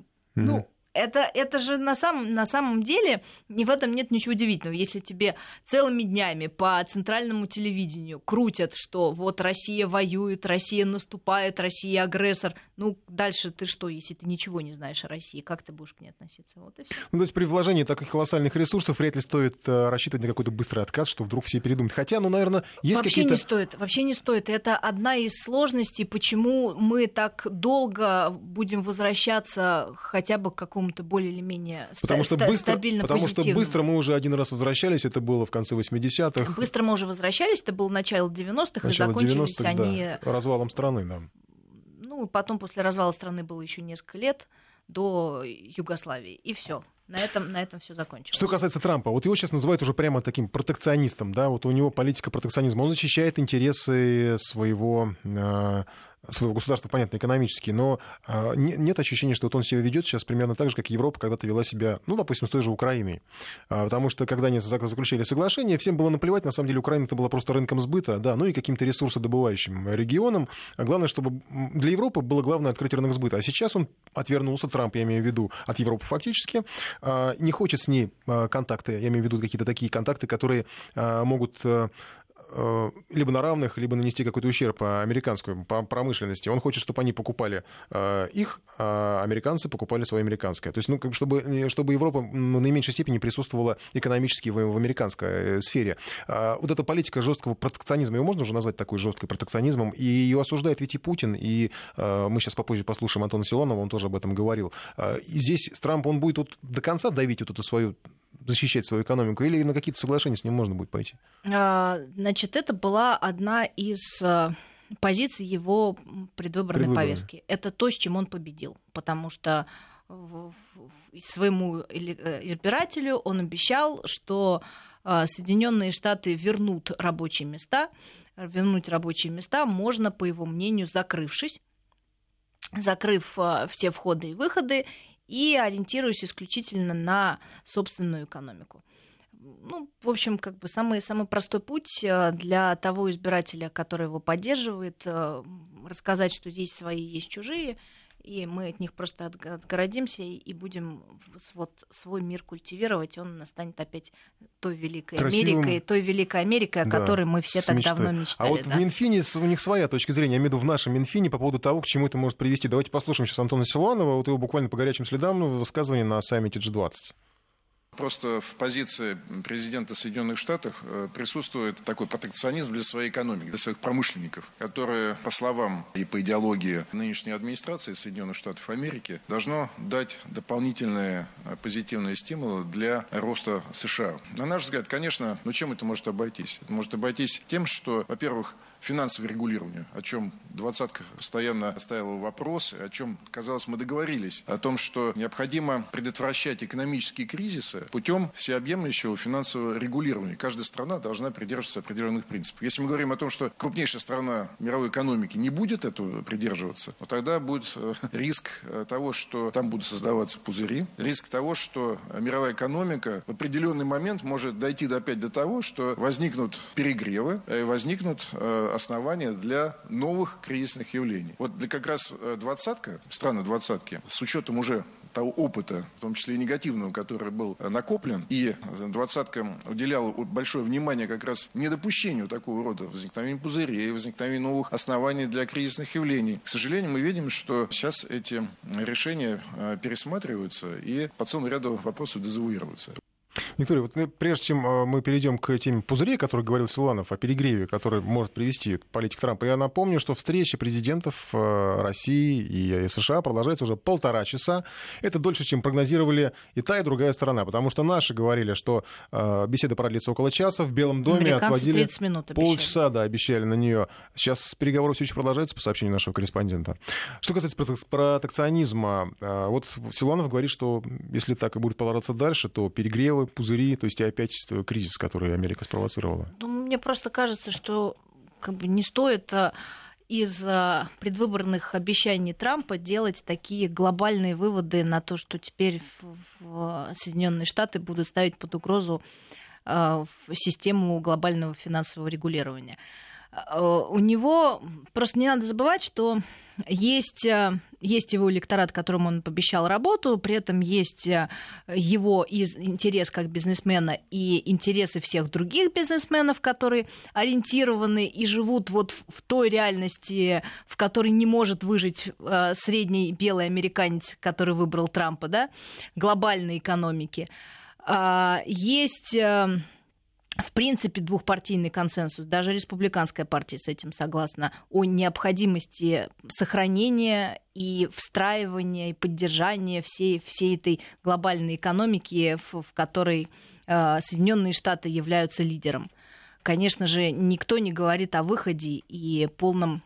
это же на самом деле в этом нет ничего удивительного. Если тебе целыми днями по центральному телевидению крутят, что вот Россия воюет, Россия наступает, Россия агрессор, дальше ты что, если ты ничего не знаешь о России, как ты будешь к ней относиться? Вот и всё. То есть при вложении таких колоссальных ресурсов вряд ли стоит рассчитывать на какой-то быстрый откат, что вдруг все передумают. Хотя, наверное, есть какие-то... Вообще не стоит. Это одна из сложностей, почему мы так долго будем возвращаться хотя бы к какому-то более или менее стабильно позитивному. Потому что быстро мы уже один раз возвращались, это было в конце 80-х. Быстро мы уже возвращались, это было начало 90-х, и закончились они... развалом страны, да. Потом после развала страны было еще несколько лет до Югославии, и все. На этом все закончилось. Что касается Трампа, вот его сейчас называют уже прямо таким протекционистом, да, вот у него политика протекционизма, он защищает интересы своего государства, понятно, экономические, но нет ощущения, что вот он себя ведет сейчас примерно так же, как Европа когда-то вела себя, допустим, с той же Украиной. Потому что, когда они заключили соглашение, всем было наплевать, на самом деле Украина это была просто рынком сбыта, да, и каким-то ресурсодобывающим регионом. Главное, чтобы для Европы было главное открыть рынок сбыта. А сейчас он отвернулся, Трамп, я имею в виду, от Европы фактически, не хочет с ней контакты, я имею в виду какие-то такие контакты, которые могут либо на равных, либо нанести какой-то ущерб американской промышленности. Он хочет, чтобы они покупали их, а американцы покупали свое американское. То есть, чтобы Европа в наименьшей степени присутствовала экономически в американской сфере. Вот эта политика жесткого протекционизма, ее можно уже назвать такой жесткой протекционизмом, и ее осуждает ведь и Путин, и мы сейчас попозже послушаем Антона Силуанова, он тоже об этом говорил. И здесь Трамп, он будет вот до конца давить вот эту свою, защищать свою экономику, или на какие-то соглашения с ним можно будет пойти? Значит, это была одна из позиций его предвыборной повестки. Это то, с чем он победил, потому что своему избирателю он обещал, что Соединенные Штаты вернут рабочие места. Вернуть рабочие места можно, по его мнению, закрыв все входы и выходы и ориентируясь исключительно на собственную экономику. В общем, самый простой путь для того избирателя, который его поддерживает, рассказать, что здесь свои есть чужие, и мы от них просто отгородимся и будем свой мир культивировать, и он станет опять той великой Америкой, о которой мы все так давно мечтали. А вот в Минфине у них своя точка зрения, я имею в виду в нашем Минфине, по поводу того, к чему это может привести. Давайте послушаем сейчас Антона Силуанова, вот его буквально по горячим следам высказывание на саммите G20. Просто в позиции президента Соединенных Штатов присутствует такой протекционизм для своей экономики, для своих промышленников, которые, по словам и по идеологии нынешней администрации Соединенных Штатов Америки, должно дать дополнительные позитивные стимулы для роста США. На наш взгляд, конечно, чем это может обойтись? Это может обойтись тем, что, во-первых, финансовое регулирование, о чем двадцатка постоянно ставила вопросы, о чем, казалось, мы договорились, о том, что необходимо предотвращать экономические кризисы путем всеобъемлющего финансового регулирования. Каждая страна должна придерживаться определенных принципов. Если мы говорим о том, что крупнейшая страна мировой экономики не будет этого придерживаться, то тогда будет риск того, что там будут создаваться пузыри, риск того, что мировая экономика в определенный момент может дойти опять до того, что возникнут перегревы, возникнут основания для новых кризисных явлений. Вот для как раз двадцатка, страны двадцатки, с учетом уже того опыта, в том числе и негативного, который был накоплен, и двадцатка уделяла большое внимание как раз недопущению такого рода возникновения пузырей, возникновения новых оснований для кризисных явлений. К сожалению, мы видим, что сейчас эти решения пересматриваются и по целому ряду вопросов дезавуируются. Виктория, вот прежде чем мы перейдем к теме пузырей, о которой говорил Силуанов, о перегреве, который может привести политик Трампа, я напомню, что встреча президентов России и США продолжается уже 1,5 часа. Это дольше, чем прогнозировали и та, и другая сторона, потому что наши говорили, что беседа продлится около часа, в Белом доме отводили 30 минут полчаса, обещали на нее. Сейчас переговоры все еще продолжаются, по сообщению нашего корреспондента. Что касается протекционизма, вот Силуанов говорит, что если так и будет продолжаться дальше, то перегревы, пузыри, то есть и опять кризис, который Америка спровоцировала. Мне просто кажется, что не стоит из предвыборных обещаний Трампа делать такие глобальные выводы на то, что теперь Соединенные Штаты будут ставить под угрозу систему глобального финансового регулирования. У него просто не надо забывать, что есть его электорат, которому он пообещал работу, при этом есть его интерес как бизнесмена и интересы всех других бизнесменов, которые ориентированы и живут вот в той реальности, в которой не может выжить средний белый американец, который выбрал Трампа, глобальной экономики. Есть... В принципе, двухпартийный консенсус, даже республиканская партия с этим согласна, о необходимости сохранения и встраивания, и поддержания всей этой глобальной экономики, в которой Соединенные Штаты являются лидером. Конечно же, никто не говорит о выходе и полном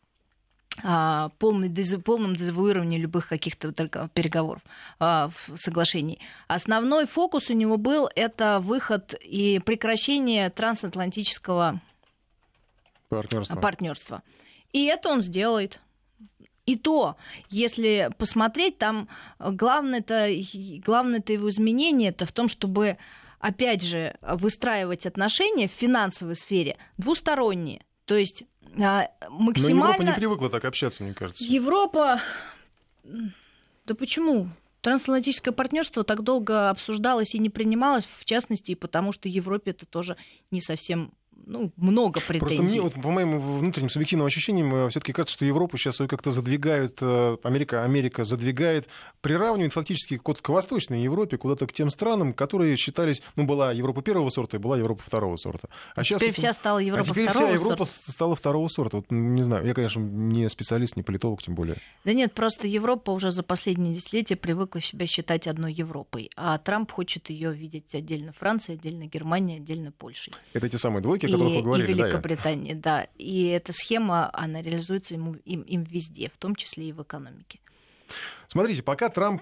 дезавуировании любых каких-то переговоров, соглашений. Основной фокус у него был это выход и прекращение трансатлантического партнерства. И это он сделает. И то, если посмотреть, там главное-то его изменение это в том, чтобы, опять же, выстраивать отношения в финансовой сфере двусторонние. То есть максимально... Но Европа не привыкла так общаться, мне кажется. Европа... Да почему? Трансатлантическое партнерство так долго обсуждалось и не принималось, в частности, и потому что Европе это тоже не совсем много претензий. Просто мне, вот, по моим внутренним субъективным ощущениям, все-таки кажется, что Европу сейчас как-то задвигают, Америка задвигает, приравнивает фактически к Восточной Европе, куда-то к тем странам, которые считались, была Европа первого сорта и была Европа второго сорта. А сейчас теперь вся стала Европа второго второго сорта. Вся Европа сорта. стала второго сорта. Вот, не знаю, я, конечно, не специалист, не политолог, тем более. Да нет, просто Европа уже за последние десятилетия привыкла себя считать одной Европой, а Трамп хочет ее видеть отдельно Францией, отдельно Германией, отдельно Польшей. Это те самые двойки, о которых вы говорили, и Великобритании, да. И эта схема, она реализуется им везде, в том числе и в экономике. Смотрите, пока Трамп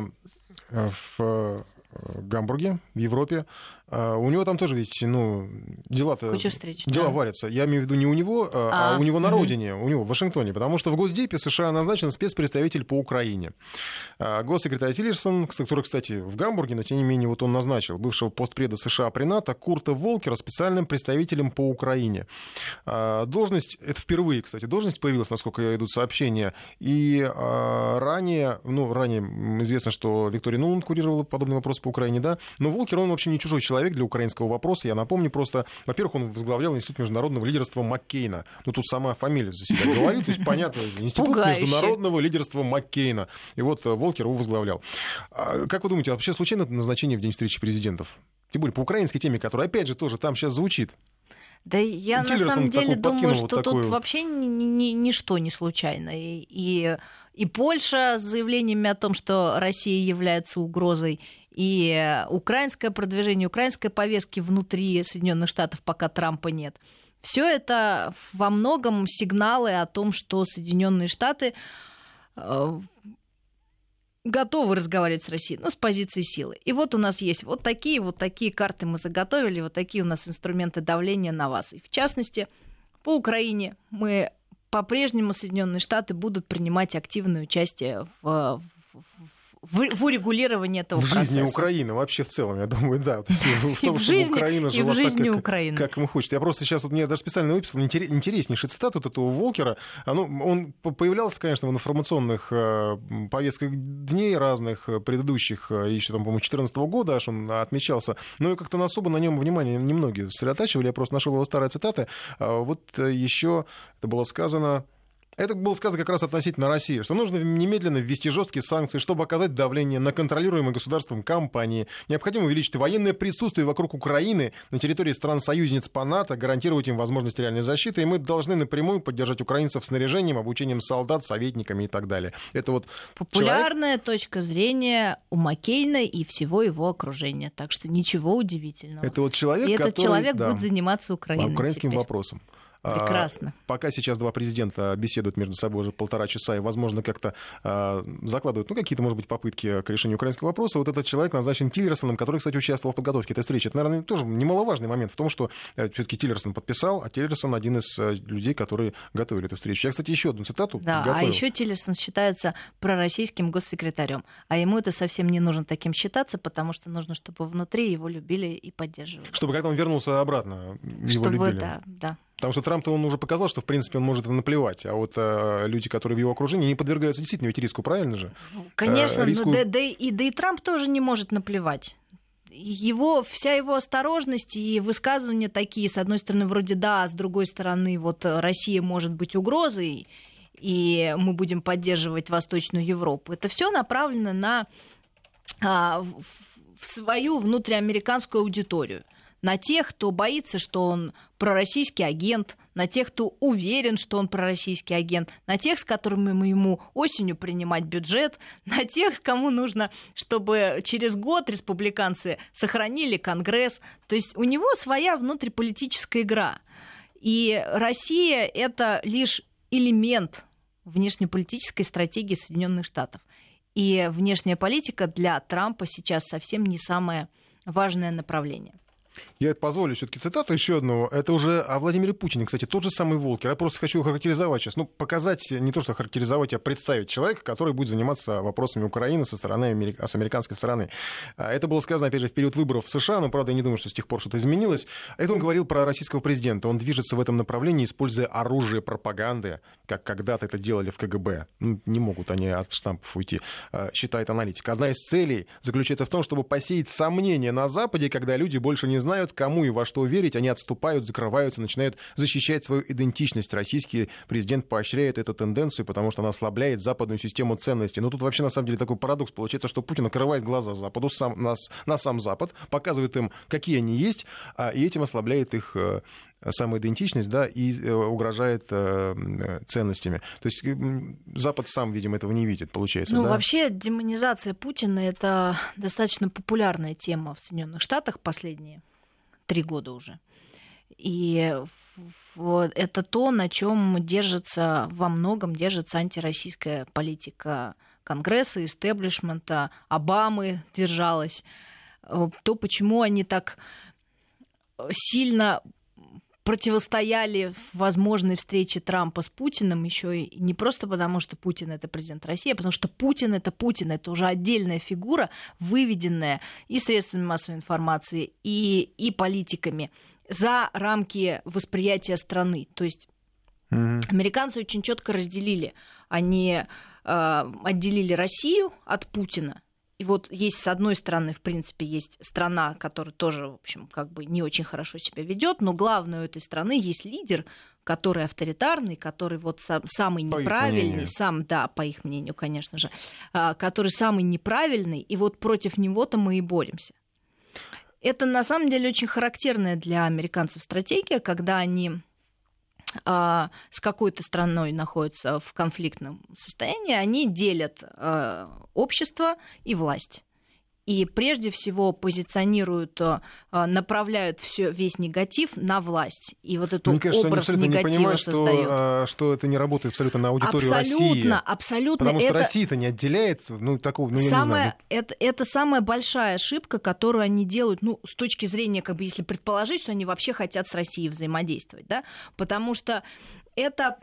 в Гамбурге, в Европе, у него там тоже ведь, дела-то... Дела варятся. Я имею в виду не у него, а у него на родине, у него в Вашингтоне. Потому что в Госдепе США назначен спецпредставитель по Украине. Госсекретарь Тиллерсон, который, кстати, в Гамбурге, но тем не менее вот он назначил бывшего постпреда США при НАТО Курта Волкера специальным представителем по Украине. Должность, это впервые, кстати, должность появилась, насколько идут сообщения. И ранее известно, что Виктория Нуланд курировала подобный вопрос по Украине, да. Но Волкер, он вообще не чужой человек для украинского вопроса. Я напомню просто, во-первых, он возглавлял Институт международного лидерства Маккейна. Тут сама фамилия за себя говорит, то есть понятно, Институт международного лидерства Маккейна. И вот Волкер его возглавлял. Как вы думаете, вообще случайно назначение в день встречи президентов? Тем более по украинской теме, которая, опять же, тоже там сейчас звучит. Да я на самом деле думаю, что тут вообще ничто не случайно. И Польша с заявлениями о том, что Россия является угрозой, и украинское продвижение, украинской повестки внутри Соединенных Штатов, пока Трампа нет. Все это во многом сигналы о том, что Соединенные Штаты готовы разговаривать с Россией, с позиции силы. И вот у нас есть вот такие карты мы заготовили, вот такие у нас инструменты давления на вас. И в частности, по Украине мы по-прежнему Соединенные Штаты будут принимать активное участие в урегулировании этого процесса. В жизни Украины вообще в целом, я думаю, да. То есть, в том, чтобы Украина жила так, как ему хочется. Я просто сейчас, мне даже специально выписал интереснейший цитат вот этого Волкера. Он появлялся, конечно, в информационных повестках дней разных, предыдущих, еще там, по-моему, 2014 года аж он отмечался. Но и как-то особо на нем внимание немногие сосредотачивали. Я просто нашел его старые цитаты. Вот еще это было сказано... Это было сказано как раз относительно России, что нужно немедленно ввести жесткие санкции, чтобы оказать давление на контролируемые государством компании. Необходимо увеличить военное присутствие вокруг Украины на территории стран-союзниц по НАТО, гарантировать им возможность реальной защиты, и мы должны напрямую поддержать украинцев снаряжением, обучением солдат, советниками и так далее. Это вот популярная точка зрения у Маккейна и всего его окружения, так что ничего удивительного. Это вот человек, и этот человек будет заниматься украинским вопросом. Прекрасно. Пока сейчас два президента беседуют между собой уже 1,5 часа и, возможно, как-то закладывают какие-то, может быть, попытки к решению украинского вопроса. Вот этот человек назначен Тиллерсоном, который, кстати, участвовал в подготовке этой встречи. Это, наверное, тоже немаловажный момент в том, что все-таки Тиллерсон подписал, а Тиллерсон один из людей, которые готовили эту встречу. Я, кстати, еще одну цитату готовил. А еще Тиллерсон считается пророссийским госсекретарем. А ему это совсем не нужно таким считаться, потому что нужно, чтобы внутри его любили и поддерживали. Чтобы когда он вернулся обратно, его любили. Да. Потому что Трамп-то он уже показал, что, в принципе, он может это наплевать. А вот люди, которые в его окружении, не подвергаются действительно ведь риску, правильно же? Конечно, да и Трамп тоже не может наплевать. Вся его осторожность и высказывания такие, с одной стороны, вроде да, а с другой стороны, вот Россия может быть угрозой, и мы будем поддерживать Восточную Европу. Это все направлено на свою внутриамериканскую аудиторию. На тех, кто боится, что он пророссийский агент, на тех, кто уверен, что он пророссийский агент, на тех, с которыми ему осенью принимать бюджет, на тех, кому нужно, чтобы через год республиканцы сохранили Конгресс. То есть у него своя внутриполитическая игра. И Россия — это лишь элемент внешнеполитической стратегии Соединенных Штатов. И внешняя политика для Трампа сейчас совсем не самое важное направление. Я позволю все-таки цитату еще одну. Это уже о Владимире Путине, кстати, тот же самый Волкер. Я просто хочу его характеризовать сейчас. Показать, не то что характеризовать, а представить человека, который будет заниматься вопросами Украины с американской стороны. Это было сказано, опять же, в период выборов в США, но, правда, я не думаю, что с тех пор что-то изменилось. Это он говорил про российского президента. Он движется в этом направлении, используя оружие пропаганды, как когда-то это делали в КГБ. Не могут они от штампов уйти, считает аналитик. Одна из целей заключается в том, чтобы посеять сомнения на Западе, когда люди больше не знают, знают, кому и во что верить, они отступают, закрываются, начинают защищать свою идентичность. Российский президент поощряет эту тенденцию, потому что она ослабляет западную систему ценностей. Но тут вообще, на самом деле, такой парадокс получается, что Путин открывает глаза Западу, на сам Запад, показывает им, какие они есть, и этим ослабляет их самоидентичность, да, и угрожает ценностями. То есть Запад сам, видимо, этого не видит, получается. Ну, да? Вообще демонизация Путина — это достаточно популярная тема в Соединенных Штатах последние 3 года уже. И вот это то, на чем во многом держится антироссийская политика Конгресса, истеблишмента, Обамы держалась. То, почему они так сильно противостояли возможной встрече Трампа с Путиным, еще и не просто потому, что Путин — это президент России, а потому что Путин — это уже отдельная фигура, выведенная и средствами массовой информации, и политиками за рамки восприятия страны. То есть американцы очень четко разделили. Они отделили Россию от Путина. И вот есть, с одной стороны, в принципе, есть страна, которая тоже, в общем, как бы не очень хорошо себя ведет, но главное, у этой страны есть лидер, который авторитарный, который вот самый неправильный, по их мнению, конечно же, который самый неправильный, и вот против него-то мы и боремся. Это, на самом деле, очень характерная для американцев стратегия, когда они с какой-то страной находятся в конфликтном состоянии, они делят общество и власть. И прежде всего позиционируют, направляют весь негатив на власть. И вот эту образ негатива создают. Что это не работает абсолютно на аудиторию России. Абсолютно. Потому что Россия-то не отделяет, такого, я не знаю. Это самая большая ошибка, которую они делают, с точки зрения, как бы, если предположить, что они вообще хотят с Россией взаимодействовать, да? Потому что это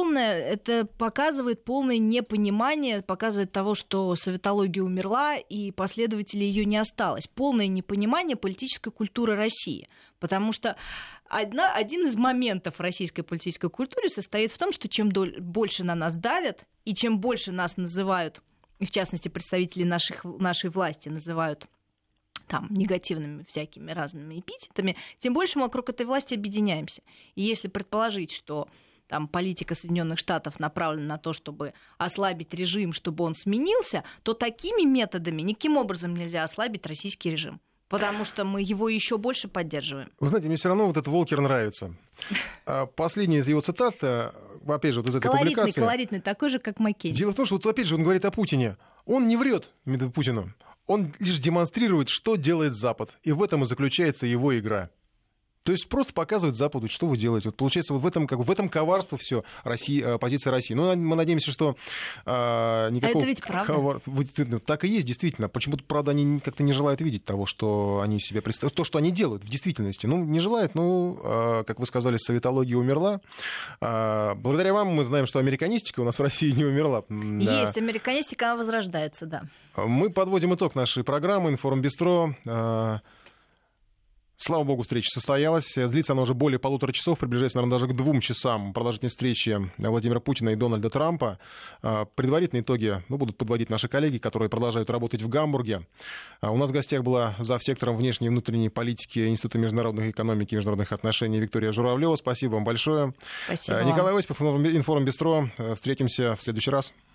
показывает полное непонимание, показывает того, что советология умерла, и последователей ее не осталось. Полное непонимание политической культуры России. Потому что один из моментов российской политической культуры состоит в том, что чем больше на нас давят, и чем больше нас называют, и в частности представители нашей власти называют негативными всякими разными эпитетами, тем больше мы вокруг этой власти объединяемся. И если предположить, что политика Соединенных Штатов направлена на то, чтобы ослабить режим, чтобы он сменился, то такими методами никаким образом нельзя ослабить российский режим, потому что мы его еще больше поддерживаем. Вы знаете, мне все равно вот этот Волкер нравится. Последняя из его цитат, опять же, вот из этой публикации. Колоритный, такой же, как Маккейн. Дело в том, что вот опять же он говорит о Путине. Он не врет Путину. Он лишь демонстрирует, что делает Запад. И в этом и заключается его игра. То есть просто показывает Западу, что вы делаете. Вот получается, вот в этом коварство все позиция России. Ну, мы надеемся, что никакого... Это ведь правда. Так и есть, действительно. Почему-то, правда, они как-то не желают видеть того, что они себе представляют. То, что они делают в действительности. Не желают. Как вы сказали, советология умерла. Благодаря вам мы знаем, что американистика у нас в России не умерла. Есть американистика, она возрождается, да. Мы подводим итог нашей программы «Информ Бистро». Слава богу, встреча состоялась. Длится она уже более 1,5 часов, приближается, наверное, даже к 2 часам продолжительной встречи Владимира Путина и Дональда Трампа. Предварительные итоги будут подводить наши коллеги, которые продолжают работать в Гамбурге. У нас в гостях была завсектором внешней и внутренней политики Института международной экономики и международных отношений Виктория Журавлева. Спасибо вам большое. Спасибо. Николай Осипов, Информ Бистро. Встретимся в следующий раз.